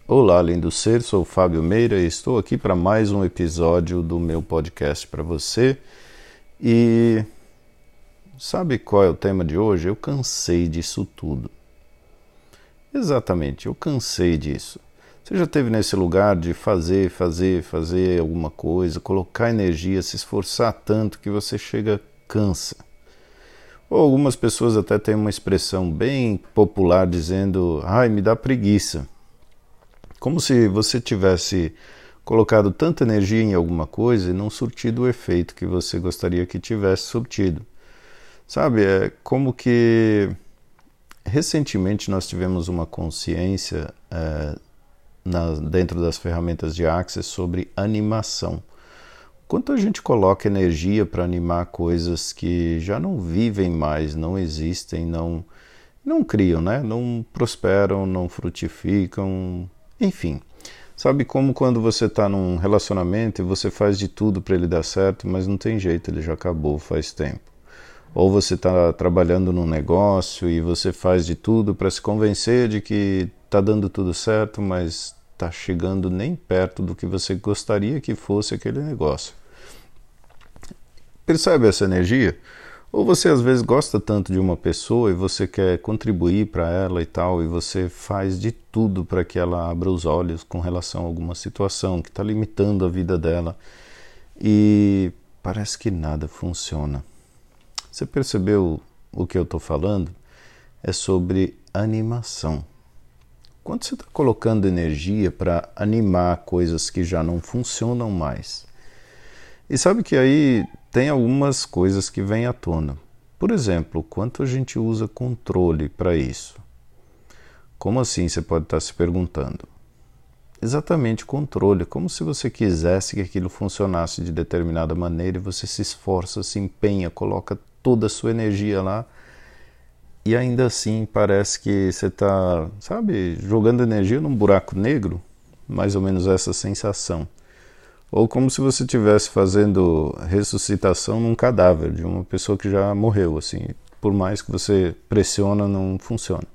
Olá, lindo ser, sou o Fábio Meira e estou aqui para mais um episódio do meu podcast para você. E sabe qual é o tema de hoje? Eu cansei disso tudo. Exatamente, eu cansei disso. Você já esteve nesse lugar de fazer alguma coisa, colocar energia, se esforçar tanto que você cansa. Ou algumas pessoas até têm uma expressão bem popular dizendo, ai, me dá preguiça. Como se você tivesse colocado tanta energia em alguma coisa e não surtido o efeito que você gostaria que tivesse surtido. Sabe, é como que recentemente nós tivemos uma consciência dentro das ferramentas de Access sobre animação. Quanto a gente coloca energia para animar coisas que já não vivem mais, não existem, não criam, né? Não prosperam, não frutificam, enfim. Sabe como quando você está num relacionamento e você faz de tudo para ele dar certo, mas não tem jeito, ele já acabou faz tempo. Ou você está trabalhando num negócio e você faz de tudo para se convencer de que está dando tudo certo, mas está chegando nem perto do que você gostaria que fosse aquele negócio. Percebe essa energia? Ou você às vezes gosta tanto de uma pessoa e você quer contribuir para ela e tal, e você faz de tudo para que ela abra os olhos com relação a alguma situação que está limitando a vida dela e parece que nada funciona. Você percebeu o que eu estou falando? É sobre animação. Quando você está colocando energia para animar coisas que já não funcionam mais. E sabe que aí tem algumas coisas que vêm à tona. Por exemplo, quanto a gente usa controle para isso? Como assim, você pode estar se perguntando? Exatamente, controle, como se você quisesse que aquilo funcionasse de determinada maneira e você se esforça, se empenha, coloca toda a sua energia lá e ainda assim parece que você está, sabe, jogando energia num buraco negro, mais ou menos essa sensação. Ou como se você estivesse fazendo ressuscitação num cadáver de uma pessoa que já morreu, assim, por mais que você pressiona, não funciona.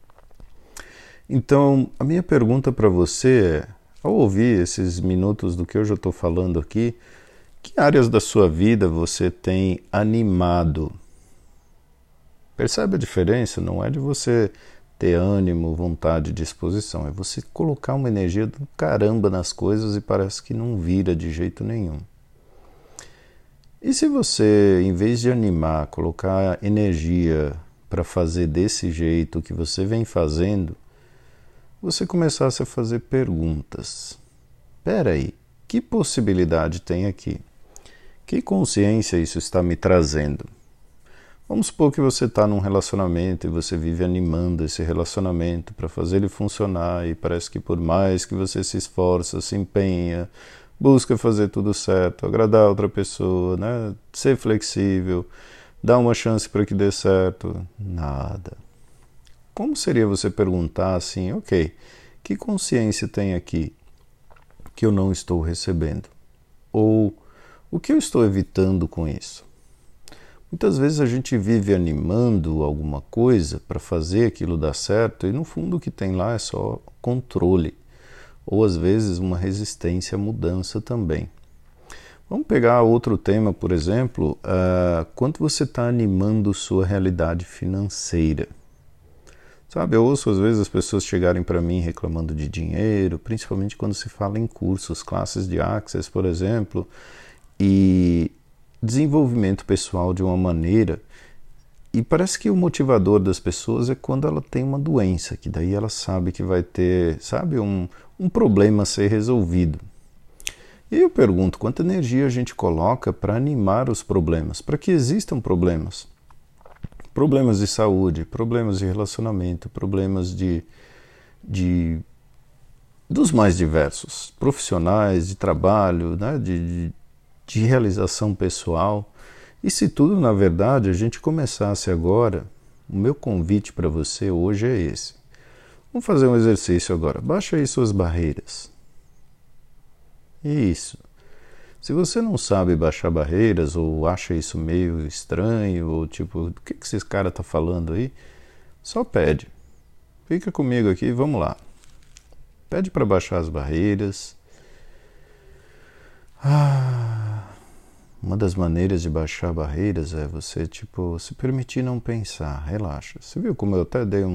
Então, a minha pergunta para você é, ao ouvir esses minutos do que eu já estou falando aqui, que áreas da sua vida você tem animado? Percebe a diferença? Não é de você ter ânimo, vontade, disposição. É você colocar uma energia do caramba nas coisas e parece que não vira de jeito nenhum. E se você, em vez de animar, colocar energia para fazer desse jeito que você vem fazendo, você começasse a fazer perguntas. Espera aí, que possibilidade tem aqui? Que consciência isso está me trazendo? Vamos supor que você está num relacionamento e você vive animando esse relacionamento para fazer ele funcionar e parece que por mais que você se esforça, se empenha, busca fazer tudo certo, agradar outra pessoa, né? Ser flexível, dar uma chance para que dê certo, nada. Como seria você perguntar assim, ok, que consciência tem aqui que eu não estou recebendo? Ou o que eu estou evitando com isso? Muitas vezes a gente vive animando alguma coisa para fazer aquilo dar certo e no fundo o que tem lá é só controle, ou às vezes uma resistência à mudança também. Vamos pegar outro tema, por exemplo, quanto você está animando sua realidade financeira. Sabe, eu ouço às vezes as pessoas chegarem para mim reclamando de dinheiro, principalmente quando se fala em cursos, classes de Access, por exemplo, e desenvolvimento pessoal de uma maneira, e parece que o motivador das pessoas é quando ela tem uma doença, que daí ela sabe que vai ter, sabe, um problema a ser resolvido. E eu pergunto, quanta energia a gente coloca para animar os problemas, para que existam problemas? Problemas de saúde, problemas de relacionamento, problemas dos mais diversos, profissionais, de trabalho, né, de realização pessoal. E se tudo, na verdade, a gente começasse agora, o meu convite para você hoje é esse. Vamos fazer um exercício agora. Baixa aí suas barreiras. Isso. Se você não sabe baixar barreiras ou acha isso meio estranho ou tipo, o que esse cara está falando aí, só pede. Fica comigo aqui, vamos lá. Pede para baixar as barreiras. Uma das maneiras de baixar barreiras é você, se permitir não pensar, relaxa. Você viu como eu até dei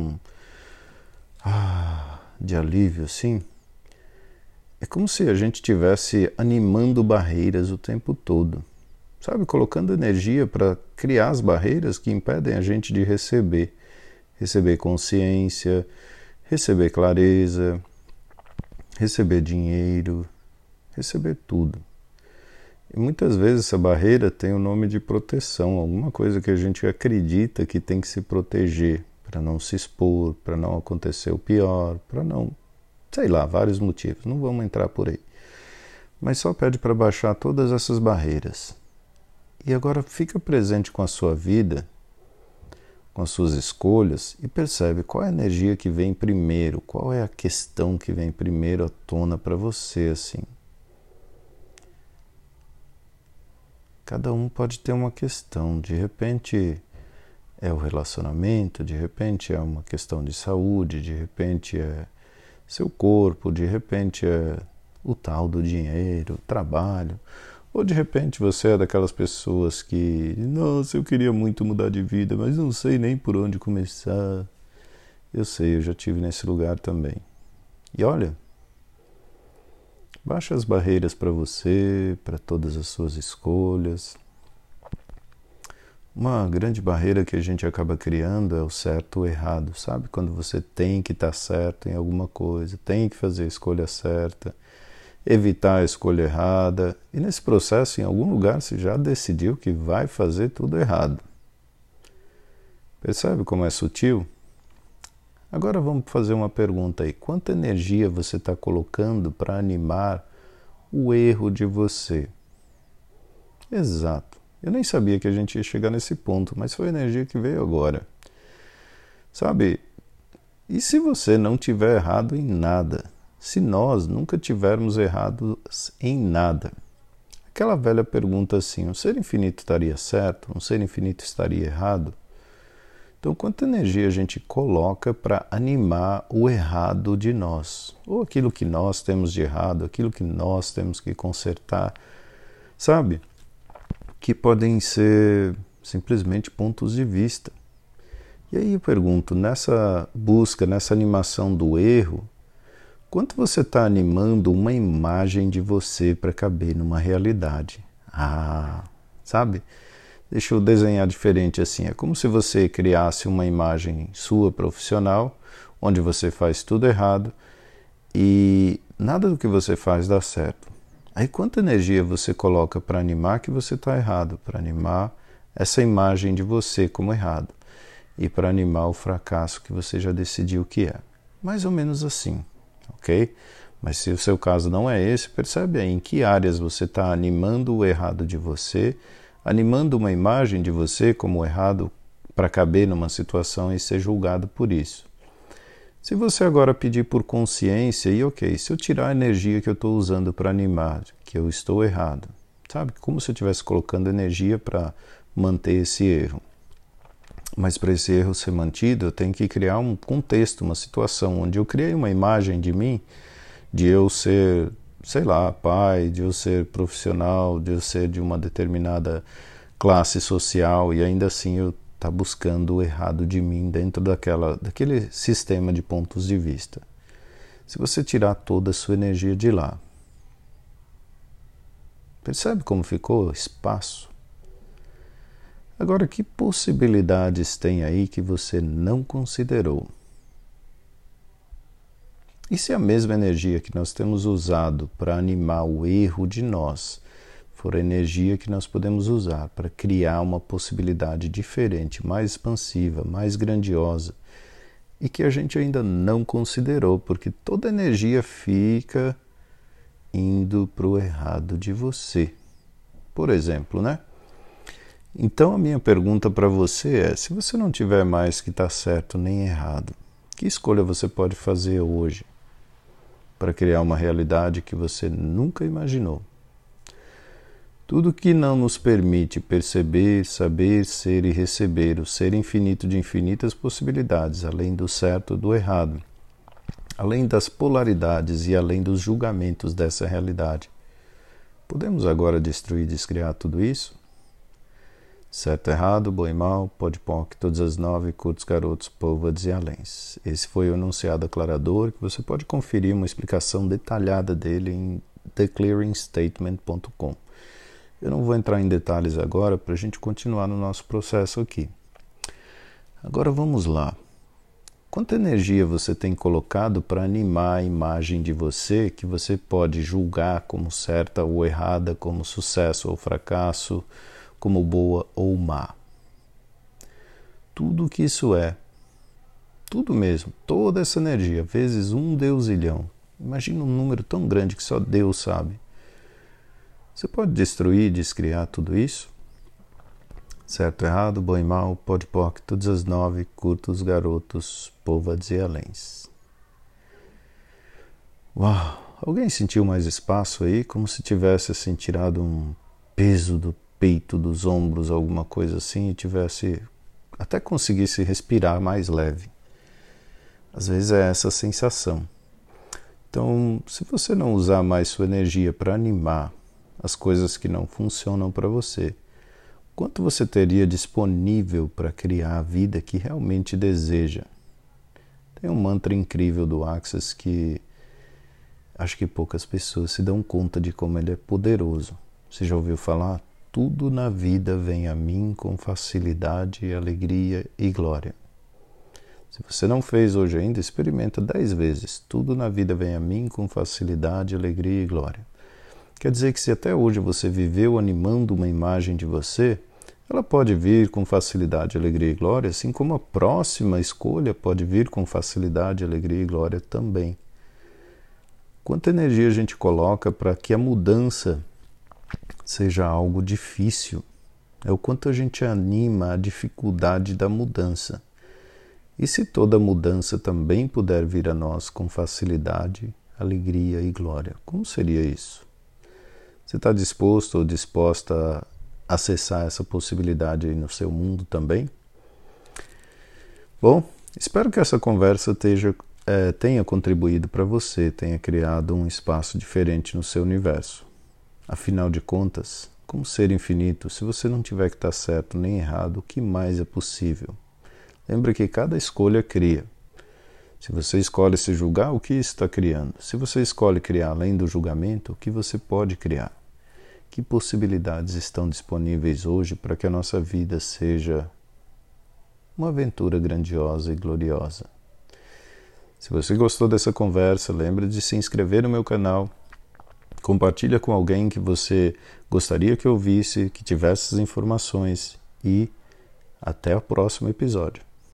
de alívio, assim? É como se a gente estivesse animando barreiras o tempo todo. Sabe, colocando energia para criar as barreiras que impedem a gente de receber. Receber consciência, receber clareza, receber dinheiro, receber tudo. E muitas vezes essa barreira tem o nome de proteção, alguma coisa que a gente acredita que tem que se proteger, para não se expor, para não acontecer o pior, para não, sei lá, vários motivos, não vamos entrar por aí. Mas só pede para baixar todas essas barreiras. E agora fica presente com a sua vida, com as suas escolhas e percebe qual é a energia que vem primeiro, qual é a questão que vem primeiro à tona para você, assim. Cada um pode ter uma questão, de repente é o relacionamento, de repente é uma questão de saúde, de repente é seu corpo, de repente é o tal do dinheiro, trabalho, ou de repente você é daquelas pessoas que, nossa, eu queria muito mudar de vida, mas não sei nem por onde começar. Eu sei, eu já estive nesse lugar também. E olha, baixa as barreiras para você, para todas as suas escolhas. Uma grande barreira que a gente acaba criando é o certo ou errado, sabe? Quando você tem que estar certo em alguma coisa, tem que fazer a escolha certa, evitar a escolha errada. E nesse processo, em algum lugar, você já decidiu que vai fazer tudo errado. Percebe como é sutil? Agora vamos fazer uma pergunta aí. Quanta energia você está colocando para animar o erro de você? Exato. Eu nem sabia que a gente ia chegar nesse ponto, mas foi a energia que veio agora. Sabe? E se você não tiver errado em nada? Se nós nunca tivermos errados em nada? Aquela velha pergunta assim, um ser infinito estaria certo? Um ser infinito estaria errado? Então, quanta energia a gente coloca para animar o errado de nós? Ou aquilo que nós temos de errado, aquilo que nós temos que consertar, sabe? Que podem ser simplesmente pontos de vista. E aí eu pergunto, nessa busca, nessa animação do erro, quanto você está animando uma imagem de você para caber numa realidade? Sabe? Deixa eu desenhar diferente assim. É como se você criasse uma imagem sua profissional, onde você faz tudo errado e nada do que você faz dá certo. Aí quanta energia você coloca para animar que você está errado, para animar essa imagem de você como errado e para animar o fracasso que você já decidiu que é. Mais ou menos assim, ok? Mas se o seu caso não é esse, percebe aí em que áreas você está animando o errado de você, animando uma imagem de você como errado para caber numa situação e ser julgado por isso. Se você agora pedir por consciência, e ok, se eu tirar a energia que eu estou usando para animar, que eu estou errado, sabe? Como se eu estivesse colocando energia para manter esse erro. Mas para esse erro ser mantido, eu tenho que criar um contexto, uma situação onde eu criei uma imagem de mim, de eu ser, sei lá, pai, de eu ser profissional, de eu ser de uma determinada classe social e ainda assim eu estar buscando o errado de mim dentro daquele sistema de pontos de vista. Se você tirar toda a sua energia de lá, percebe como ficou espaço? Agora, que possibilidades tem aí que você não considerou? E se a mesma energia que nós temos usado para animar o erro de nós for a energia que nós podemos usar para criar uma possibilidade diferente, mais expansiva, mais grandiosa, e que a gente ainda não considerou, porque toda energia fica indo para o errado de você. Por exemplo, né? Então a minha pergunta para você é, se você não tiver mais que estar certo nem errado, que escolha você pode fazer hoje para criar uma realidade que você nunca imaginou? Tudo que não nos permite perceber, saber, ser e receber o ser infinito de infinitas possibilidades, além do certo e do errado, além das polaridades e além dos julgamentos dessa realidade. Podemos agora destruir e descriar tudo isso? Certo, errado, bom e mal, pode poc, todas as 9, curtos, garotos, pôvodes e aléns. Esse foi o enunciado aclarador, que você pode conferir uma explicação detalhada dele em theclearingstatement.com. Eu não vou entrar em detalhes agora para a gente continuar no nosso processo aqui. Agora vamos lá. Quanta energia você tem colocado para animar a imagem de você que você pode julgar como certa ou errada, como sucesso ou fracasso, como boa ou má? Tudo o que isso é, tudo mesmo, toda essa energia, vezes 1 deusilhão. Imagina um número tão grande que só Deus sabe. Você pode destruir e descriar tudo isso? Certo, errado, bom e mal, pode poc, todas as 9, curtos, garotos, pôvodes e aléns. Uau! Alguém sentiu mais espaço aí? Como se tivesse assim, tirado um peso do peito, dos ombros, alguma coisa assim, e tivesse, até conseguisse respirar mais leve. Às vezes é essa a sensação. Então, se você não usar mais sua energia para animar as coisas que não funcionam para você, quanto você teria disponível para criar a vida que realmente deseja? Tem um mantra incrível do Access que acho que poucas pessoas se dão conta de como ele é poderoso. Você já ouviu falar? Tudo na vida vem a mim com facilidade, alegria e glória. Se você não fez hoje ainda, experimenta 10 vezes. Tudo na vida vem a mim com facilidade, alegria e glória. Quer dizer que se até hoje você viveu animando uma imagem de você, ela pode vir com facilidade, alegria e glória, assim como a próxima escolha pode vir com facilidade, alegria e glória também. Quanta energia a gente coloca para que a mudança seja algo difícil? É o quanto a gente anima a dificuldade da mudança. E se toda mudança também puder vir a nós com facilidade, alegria e glória, como seria isso? Você está disposto ou disposta a acessar essa possibilidade aí no seu mundo também? Bom, espero que essa conversa tenha contribuído para você, tenha criado um espaço diferente no seu universo. Afinal de contas, como ser infinito, se você não tiver que estar certo nem errado, o que mais é possível? Lembre que cada escolha cria. Se você escolhe se julgar, o que isso está criando? Se você escolhe criar além do julgamento, o que você pode criar? Que possibilidades estão disponíveis hoje para que a nossa vida seja uma aventura grandiosa e gloriosa? Se você gostou dessa conversa, lembre de se inscrever no meu canal, compartilha com alguém que você gostaria que ouvisse, que tivesse essas informações e até o próximo episódio.